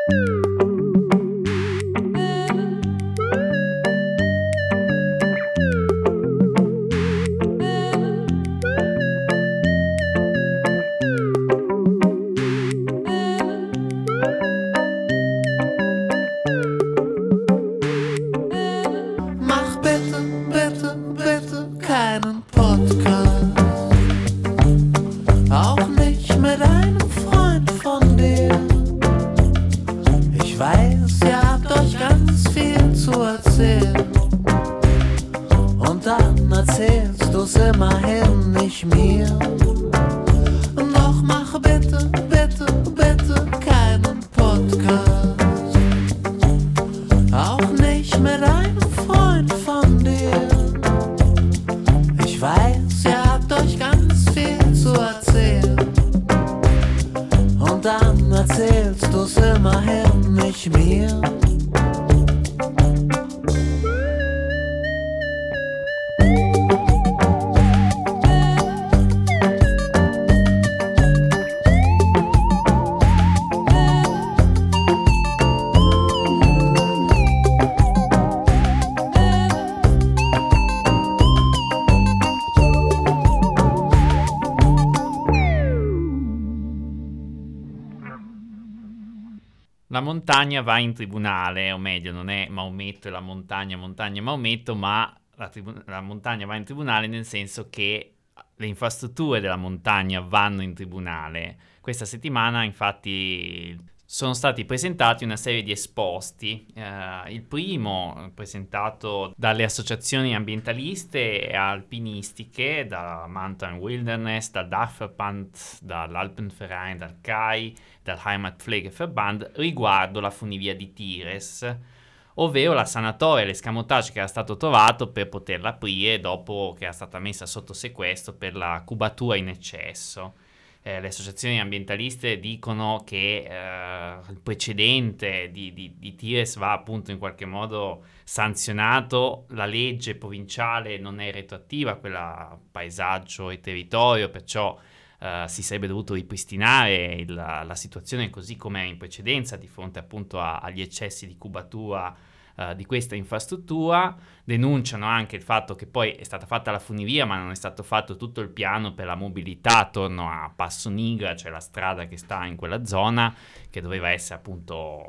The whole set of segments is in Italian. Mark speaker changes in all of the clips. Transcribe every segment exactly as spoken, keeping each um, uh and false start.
Speaker 1: La montagna va in tribunale, o meglio, non è Maometto e la montagna, montagna e Maometto, ma la, tribu- la montagna va in tribunale nel senso che le infrastrutture della montagna vanno in tribunale. Questa settimana, infatti, sono stati presentati una serie di esposti. Uh, il primo, presentato dalle associazioni ambientaliste e alpinistiche, da Mountain Wilderness, dal Dachverband, dall'Alpenverein, dal C A I, dal Heimatpflegeverband, riguardo la funivia di Tires, ovvero la sanatoria e l'escamotage che era stato trovato per poterla aprire dopo che era stata messa sotto sequestro per la cubatura in eccesso. Eh, le associazioni ambientaliste dicono che eh, il precedente di, di, di Tires va appunto in qualche modo sanzionato, la legge provinciale non è retroattiva, quella paesaggio e territorio, perciò Uh, si sarebbe dovuto ripristinare il, la situazione così come in precedenza di fronte appunto a, agli eccessi di cubatura uh, di questa infrastruttura. Denunciano anche il fatto che poi è stata fatta la funivia ma non è stato fatto tutto il piano per la mobilità attorno a Passo Nigra, cioè la strada che sta in quella zona, che doveva essere appunto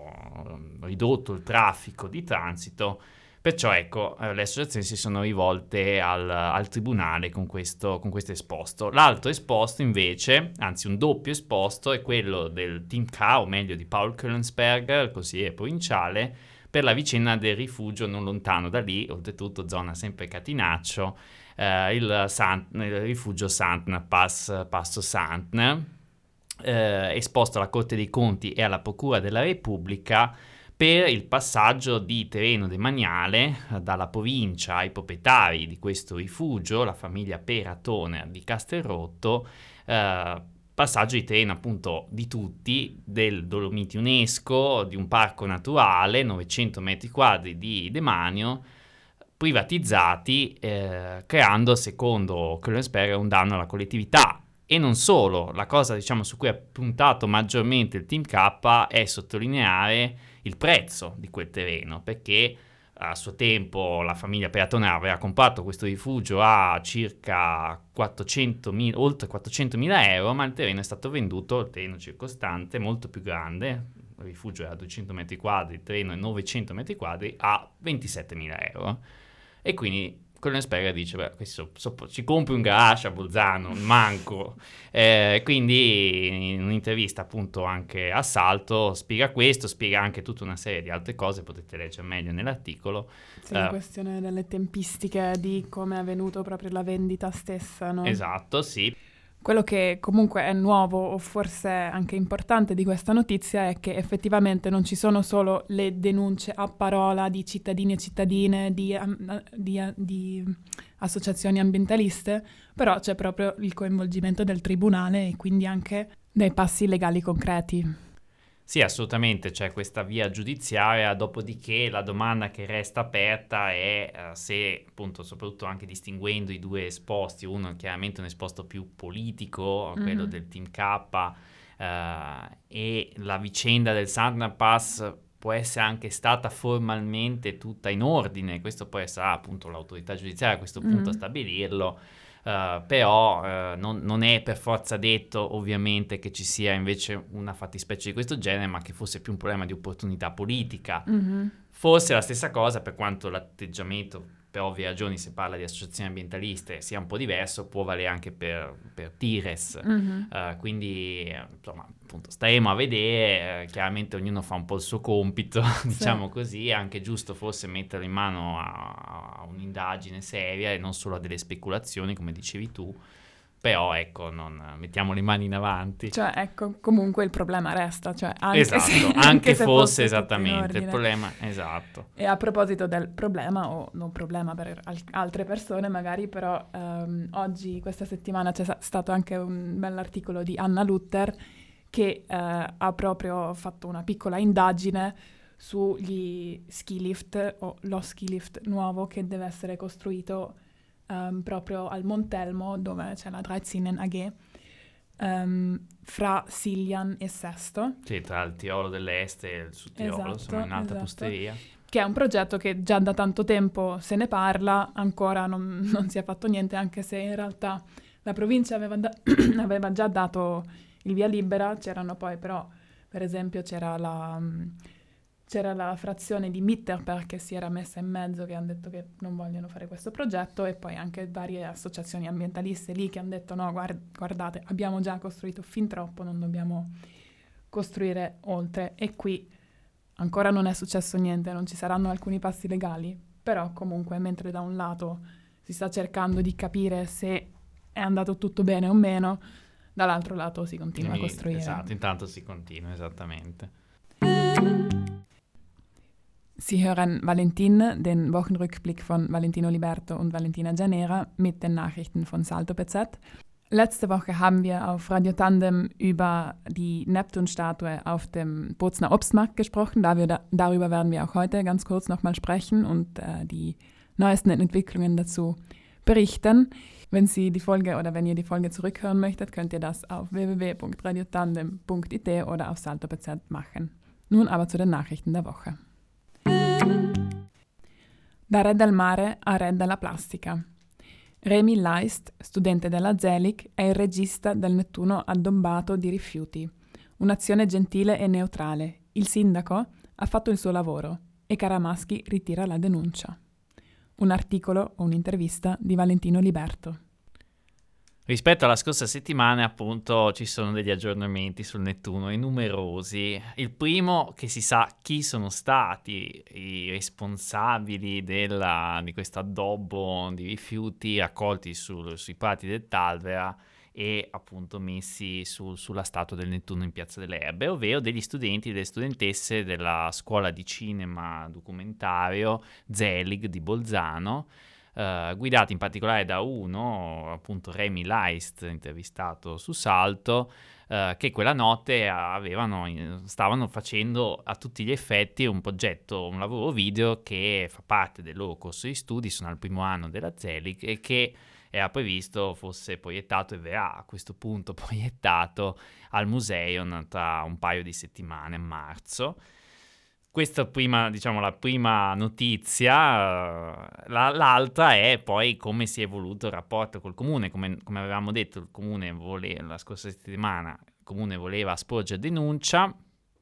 Speaker 1: ridotto il traffico di transito. Perciò ecco, eh, le associazioni si sono rivolte al, al tribunale con questo, con questo esposto. L'altro esposto invece, anzi un doppio esposto, è quello del Team K, o meglio di Paul Koellensperger, il consigliere provinciale, per la vicenda del rifugio non lontano da lì, oltretutto zona sempre Catinaccio, eh, il, Sant, il rifugio Santner, Pass, Passo Santner, eh, esposto alla Corte dei Conti e alla Procura della Repubblica per il passaggio di terreno demaniale dalla provincia ai proprietari di questo rifugio, la famiglia Peratone di Castelrotto, eh, passaggio di terreno appunto di tutti, del Dolomiti UNESCO, di un parco naturale, novecento metri quadri di demanio, privatizzati, eh, creando, secondo Koellensperger, un danno alla collettività. E non solo, la cosa diciamo su cui ha puntato maggiormente il Team K è sottolineare il prezzo di quel terreno, perché a suo tempo la famiglia Peratone aveva comprato questo rifugio a circa quattrocentomila, oltre quattrocentomila euro, ma il terreno è stato venduto, il terreno circostante, molto più grande, il rifugio era duecento metri quadri, il terreno è novecento metri quadri, a ventisettemila euro. E quindi Koellensperger dice, beh, questo, so, ci compri un garage a Bolzano, manco. Eh, quindi in un'intervista appunto anche a Salto spiega questo, spiega anche tutta una serie di altre cose, potete leggere meglio nell'articolo.
Speaker 2: Sì, la uh, questione delle tempistiche di come è avvenuto proprio la vendita stessa, no?
Speaker 1: Esatto, sì.
Speaker 2: Quello che comunque è nuovo o forse anche importante di questa notizia è che effettivamente non ci sono solo le denunce a parola di cittadini e cittadine, di, di, di associazioni ambientaliste, però c'è proprio il coinvolgimento del tribunale e quindi anche dei passi legali concreti.
Speaker 1: Sì, assolutamente, c'è questa via giudiziaria, dopodiché la domanda che resta aperta è uh, se, appunto, soprattutto anche distinguendo i due esposti, uno è chiaramente un esposto più politico, mm-hmm. quello del Team K, uh, e la vicenda del Sandra Pass può essere anche stata formalmente tutta in ordine, questo poi sarà appunto l'autorità giudiziaria a questo punto mm. a stabilirlo, uh, però uh, non, non è per forza detto ovviamente che ci sia invece una fattispecie di questo genere, ma che fosse più un problema di opportunità politica. Mm-hmm. Forse la stessa cosa, per quanto l'atteggiamento, per ovvie ragioni, se parla di associazioni ambientaliste, sia un po' diverso, può valere anche per, per Tires. Mm-hmm. Uh, quindi, insomma, appunto, staremo a vedere. Uh, chiaramente ognuno fa un po' il suo compito, sì. diciamo così. È anche giusto forse mettere in mano a, a un'indagine seria e non solo a delle speculazioni, come dicevi tu. Però ecco, non mettiamo le mani in avanti.
Speaker 2: Cioè, ecco, comunque il problema resta, cioè anche
Speaker 1: esatto,
Speaker 2: se,
Speaker 1: anche, anche se fosse, fosse esattamente il problema, esatto.
Speaker 2: E a proposito del problema, o non problema per al- altre persone magari, però um, oggi, questa settimana, c'è stato anche un bell'articolo di Anna Luther che uh, ha proprio fatto una piccola indagine sugli ski lift, o lo ski lift nuovo che deve essere costruito Um, proprio al Montelmo, dove c'è la Dreizinnen A G, um, fra Siljan e Sesto.
Speaker 1: Sì, tra il Tirolo dell'Est e il Sud Tirolo, esatto, insomma, in alta esatto. posteria.
Speaker 2: Che è un progetto che già da tanto tempo se ne parla, ancora non, non si è fatto niente, anche se in realtà la provincia aveva, da- aveva già dato il via libera. C'erano poi però, per esempio, c'era la... Um, C'era la frazione di Mitterberg che si era messa in mezzo, che hanno detto che non vogliono fare questo progetto, e poi anche varie associazioni ambientaliste lì che hanno detto no, guard- guardate, abbiamo già costruito fin troppo, non dobbiamo costruire oltre. E qui ancora non è successo niente, non ci saranno alcuni passi legali, però comunque mentre da un lato si sta cercando di capire se è andato tutto bene o meno, dall'altro lato si continua
Speaker 1: Quindi,
Speaker 2: a costruire.
Speaker 1: Esatto, intanto si continua, esattamente.
Speaker 2: Sie hören Valentin, den Wochenrückblick von Valentino Liberto und Valentina Gianera mit den Nachrichten von Salto P Z. Letzte Woche haben wir auf Radio Tandem über die Neptun-Statue auf dem Bozner Obstmarkt gesprochen. Da wir da, darüber werden wir auch heute ganz kurz nochmal sprechen und äh, die neuesten Entwicklungen dazu berichten. Wenn Sie die Folge oder wenn ihr die Folge zurückhören möchtet, könnt ihr das auf w w w punkt radiotandem punkt i t oder auf Salto P Z machen. Nun aber zu den Nachrichten der Woche. Da Re del Mare a Re della Plastica. Remi Leist, studente della Zelig, è il regista del Nettuno addobbato di rifiuti. Un'azione gentile e neutrale. Il sindaco ha fatto il suo lavoro e Caramaschi ritira la denuncia. Un articolo o un'intervista di Valentino Liberto.
Speaker 1: Rispetto alla scorsa settimana, appunto, ci sono degli aggiornamenti sul Nettuno, e numerosi. Il primo, che si sa chi sono stati i responsabili della, di questo addobbo di rifiuti raccolti sul, sui prati del Talvera e appunto messi su, sulla statua del Nettuno in Piazza delle Erbe, ovvero degli studenti e delle studentesse della scuola di cinema documentario Zelig di Bolzano, Uh, guidati in particolare da uno, appunto Remi Leist, intervistato su Salto, uh, che quella notte avevano, stavano facendo a tutti gli effetti un progetto, un lavoro video che fa parte del loro corso di studi, sono al primo anno della Zelig, e che era previsto fosse proiettato e verrà a questo punto proiettato al Museo tra un paio di settimane, a marzo. Questa prima, diciamo, la prima notizia. La, l'altra è poi come si è evoluto il rapporto col comune. Come, come avevamo detto, il comune voleva, la scorsa settimana, il comune voleva sporgere denuncia.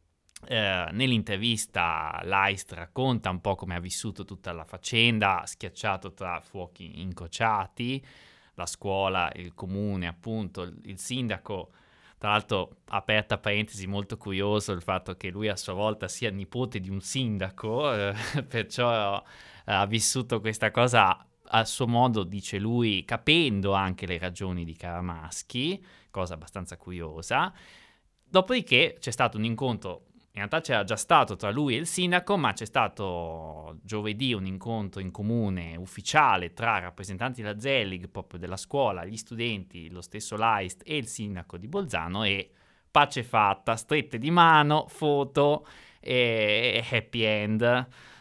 Speaker 1: Eh, nell'intervista Leist racconta un po' come ha vissuto tutta la faccenda, schiacciato tra fuochi incrociati, la scuola, il comune, appunto, il, il sindaco. Tra l'altro, aperta parentesi, molto curioso il fatto che lui a sua volta sia nipote di un sindaco, eh, perciò eh, ha vissuto questa cosa a suo modo, dice lui, capendo anche le ragioni di Caramaschi, cosa abbastanza curiosa. Dopodiché c'è stato un incontro, in realtà c'era già stato tra lui e il sindaco, ma c'è stato giovedì un incontro in comune ufficiale tra rappresentanti della Zelig, proprio della scuola, gli studenti, lo stesso Leist e il sindaco di Bolzano, e pace fatta, strette di mano, foto e happy end.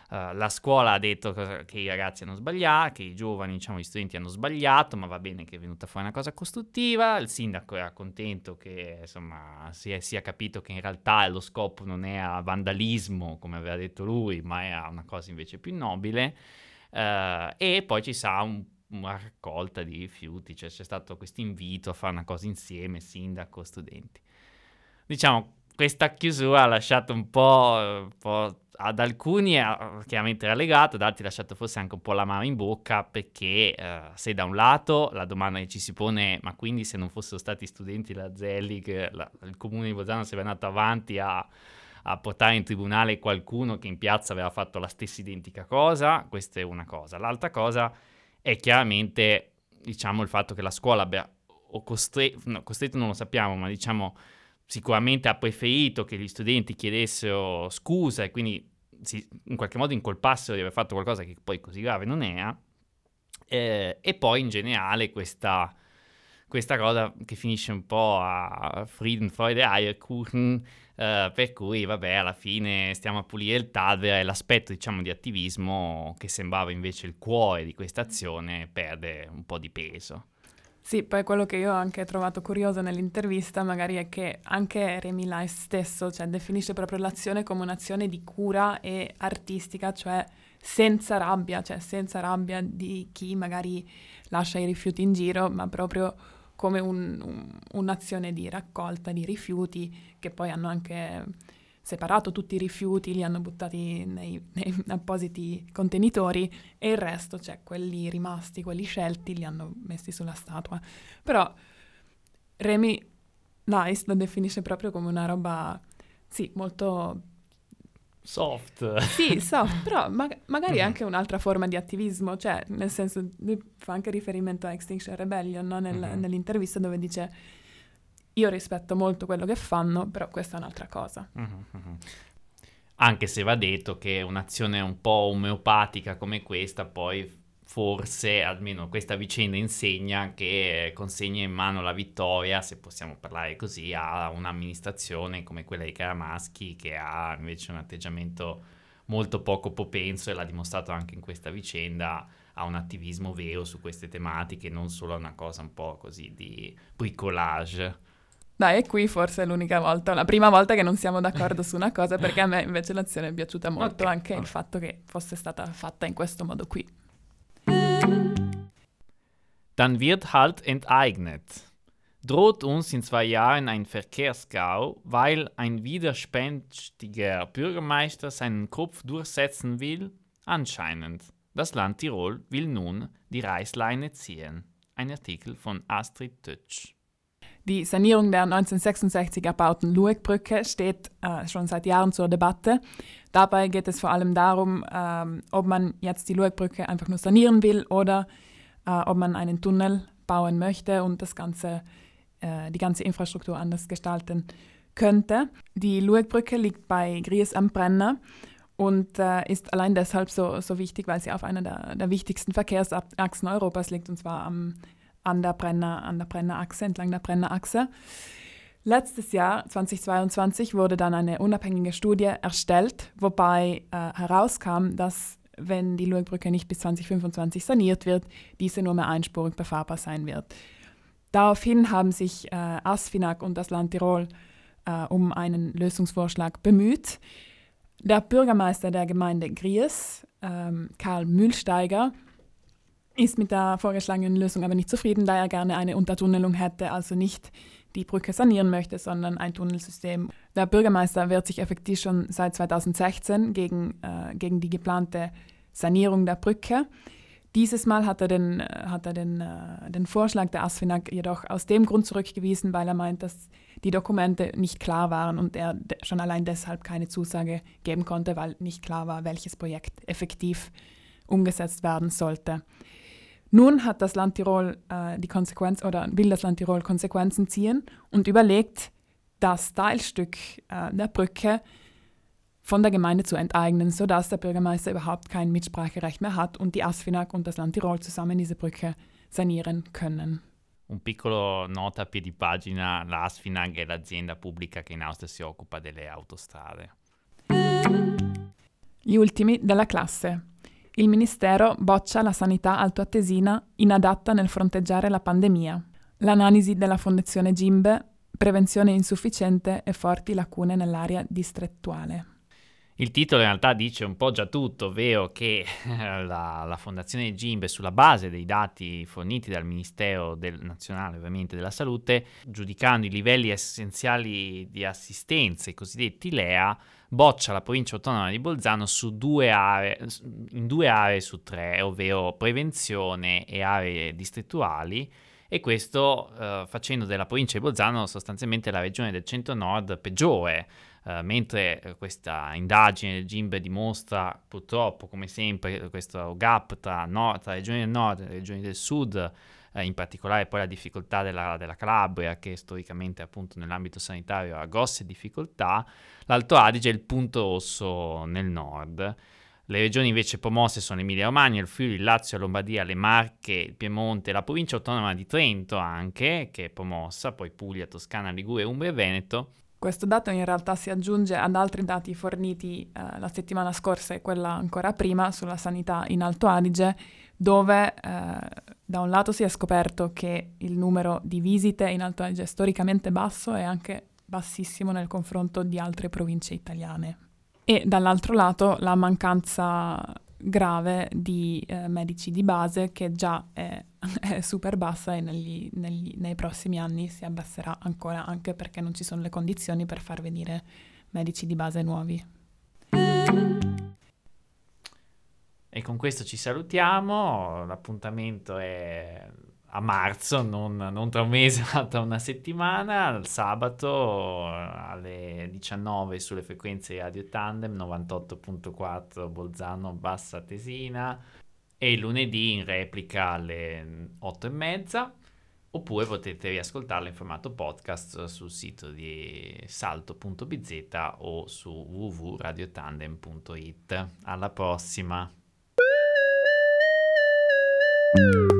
Speaker 1: Uh, la scuola ha detto che i ragazzi hanno sbagliato, che i giovani, diciamo, gli studenti hanno sbagliato, ma va bene che è venuta fuori una cosa costruttiva. Il sindaco era contento che, insomma, si è, sia capito che in realtà lo scopo non era vandalismo, come aveva detto lui, ma era una cosa invece più nobile. Uh, e poi ci sarà un, una raccolta di rifiuti, cioè c'è stato questo invito a fare una cosa insieme, sindaco, studenti. Diciamo, questa chiusura ha lasciato un po', un po' ad alcuni ha chiaramente relegato, ad altri ha lasciato forse anche un po' l'amaro in bocca, perché eh, se da un lato la domanda che ci si pone, ma quindi se non fossero stati studenti la Zelig, la, il comune di Bolzano sarebbe andato avanti a, a portare in tribunale qualcuno che in piazza aveva fatto la stessa identica cosa, questa è una cosa. L'altra cosa è chiaramente, diciamo, il fatto che la scuola abbia o costretto, no, costretto non lo sappiamo, ma diciamo sicuramente ha preferito che gli studenti chiedessero scusa e quindi si, in qualche modo incolpassero di aver fatto qualcosa che poi così grave non era, eh, e poi in generale questa, questa cosa che finisce un po' a Frieden, Freude, Eierkuchen, eh, per cui vabbè, alla fine stiamo a pulire il Tadver e l'aspetto, diciamo, di attivismo che sembrava invece il cuore di questa azione perde un po' di peso.
Speaker 2: Sì, poi quello che io ho anche trovato curioso nell'intervista magari è che anche Remi Lais stesso, cioè, definisce proprio l'azione come un'azione di cura e artistica, cioè senza rabbia, cioè senza rabbia di chi magari lascia i rifiuti in giro, ma proprio come un, un, un'azione di raccolta di rifiuti che poi hanno anche separato tutti i rifiuti, li hanno buttati nei, nei appositi contenitori e il resto, cioè quelli rimasti, quelli scelti, li hanno messi sulla statua. Però Remi Lais lo definisce proprio come una roba, sì, molto...
Speaker 1: soft.
Speaker 2: Sì, soft, però ma- magari anche un'altra forma di attivismo, cioè nel senso, lui fa anche riferimento a Extinction Rebellion, no? Nel, mm-hmm. nell'intervista dove dice io rispetto molto quello che fanno, però questa è un'altra cosa.
Speaker 1: Mm-hmm. Anche se va detto che un'azione un po' omeopatica come questa poi forse, almeno questa vicenda insegna che consegna in mano la vittoria, se possiamo parlare così, a un'amministrazione come quella di Caramaschi, che ha invece un atteggiamento molto poco propenso, e l'ha dimostrato anche in questa vicenda, a un attivismo vero su queste tematiche, non solo a una cosa un po' così di bricolage.
Speaker 2: Dai, e qui forse è l'unica volta, la prima volta che non siamo d'accordo su una cosa, perché a me invece l'azione è piaciuta molto, okay. Anche okay. il fatto che fosse stata fatta in questo modo qui.
Speaker 1: Dann wird halt enteignet. Droht uns in zwei Jahren ein Verkehrsgau, weil ein widerspenstiger Bürgermeister seinen Kopf durchsetzen will? Anscheinend. Das Land Tirol will nun die Reißleine ziehen. Ein Artikel von Astrid Tötsch.
Speaker 2: Die Sanierung der neunzehnhundertsechsundsechzig erbauten Luegbrücke steht äh, schon seit Jahren zur Debatte. Dabei geht es vor allem darum, ähm, ob man jetzt die Luegbrücke einfach nur sanieren will oder äh, ob man einen Tunnel bauen möchte und das ganze, äh, die ganze Infrastruktur anders gestalten könnte. Die Luegbrücke liegt bei Gries am Brenner und äh, ist allein deshalb so, so wichtig, weil sie auf einer der, der wichtigsten Verkehrsachsen Europas liegt, und zwar am an der Brenner, an der Brennerachse, entlang der Brennerachse. Letztes Jahr, zweitausendzweiundzwanzig, wurde dann eine unabhängige Studie erstellt, wobei äh, herauskam, dass, wenn die Luegbrücke nicht bis zweitausendfünfundzwanzig saniert wird, diese nur mehr einspurig befahrbar sein wird. Daraufhin haben sich äh, ASFINAG und das Land Tirol äh, um einen Lösungsvorschlag bemüht. Der Bürgermeister der Gemeinde Gries, ähm, Karl Mühlsteiger, ist mit der vorgeschlagenen Lösung aber nicht zufrieden, da er gerne eine Untertunnelung hätte, also nicht die Brücke sanieren möchte, sondern ein Tunnelsystem. Der Bürgermeister wehrt sich effektiv schon seit zweitausendsechzehn gegen, äh, gegen die geplante Sanierung der Brücke. Dieses Mal hat er den, hat er den, äh, den Vorschlag der ASFINAG jedoch aus dem Grund zurückgewiesen, weil er meint, dass die Dokumente nicht klar waren und er de- schon allein deshalb keine Zusage geben konnte, weil nicht klar war, welches Projekt effektiv umgesetzt werden sollte. Nun hat das Land Tirol äh, die Konsequenz oder will das Land Tirol Konsequenzen ziehen und überlegt, das Teilstück äh, der Brücke von der Gemeinde zu enteignen, sodass der Bürgermeister überhaupt kein Mitspracherecht mehr hat und die ASFINAG und das Land Tirol zusammen diese Brücke sanieren können.
Speaker 1: Un piccolo nota a piedi pagina, la ASFINAG è l'azienda pubblica che in Austria si occupa delle autostrade.
Speaker 2: Gli ultimi della classe. Il Ministero boccia la sanità altoatesina inadatta nel fronteggiare la pandemia. L'analisi della Fondazione Gimbe, prevenzione insufficiente e forti lacune nell'area distrettuale.
Speaker 1: Il titolo in realtà dice un po' già tutto, ovvero che la, la Fondazione Gimbe, sulla base dei dati forniti dal Ministero del, nazionale ovviamente della Salute, giudicando i livelli essenziali di assistenza, i cosiddetti L E A, boccia la provincia autonoma di Bolzano su due aree, in due aree su tre, ovvero prevenzione e aree distrettuali, e questo eh, facendo della provincia di Bolzano sostanzialmente la regione del centro-nord peggiore. Uh, mentre uh, questa indagine del Gimbe dimostra purtroppo, come sempre, questo gap tra, nord, tra regioni del nord e regioni del sud, uh, in particolare poi la difficoltà della, della Calabria, che storicamente appunto nell'ambito sanitario ha grosse difficoltà, l'Alto Adige è il punto rosso nel nord. Le regioni invece promosse sono l'Emilia-Romagna, il Friuli, il Lazio, la Lombardia, le Marche, il Piemonte, la provincia autonoma di Trento anche, che è promossa, poi Puglia, Toscana, Liguria, Umbria e Veneto.
Speaker 2: Questo dato in realtà si aggiunge ad altri dati forniti eh, la settimana scorsa e quella ancora prima sulla sanità in Alto Adige, dove eh, da un lato si è scoperto che il numero di visite in Alto Adige è storicamente basso e anche bassissimo nel confronto di altre province italiane. E dall'altro lato la mancanza grave di eh, medici di base, che già è, è super bassa e negli, negli, nei prossimi anni si abbasserà ancora, anche perché non ci sono le condizioni per far venire medici di base nuovi.
Speaker 1: E con questo ci salutiamo, l'appuntamento è a marzo, non, non tra un mese ma tra una settimana, il sabato alle diciannove sulle frequenze di Radio Tandem novantotto virgola quattro Bolzano Bassa Tesina, e il lunedì in replica alle otto e mezza, oppure potete riascoltarlo in formato podcast sul sito di salto punto b z o su w w w punto radiotandem punto it. Alla prossima!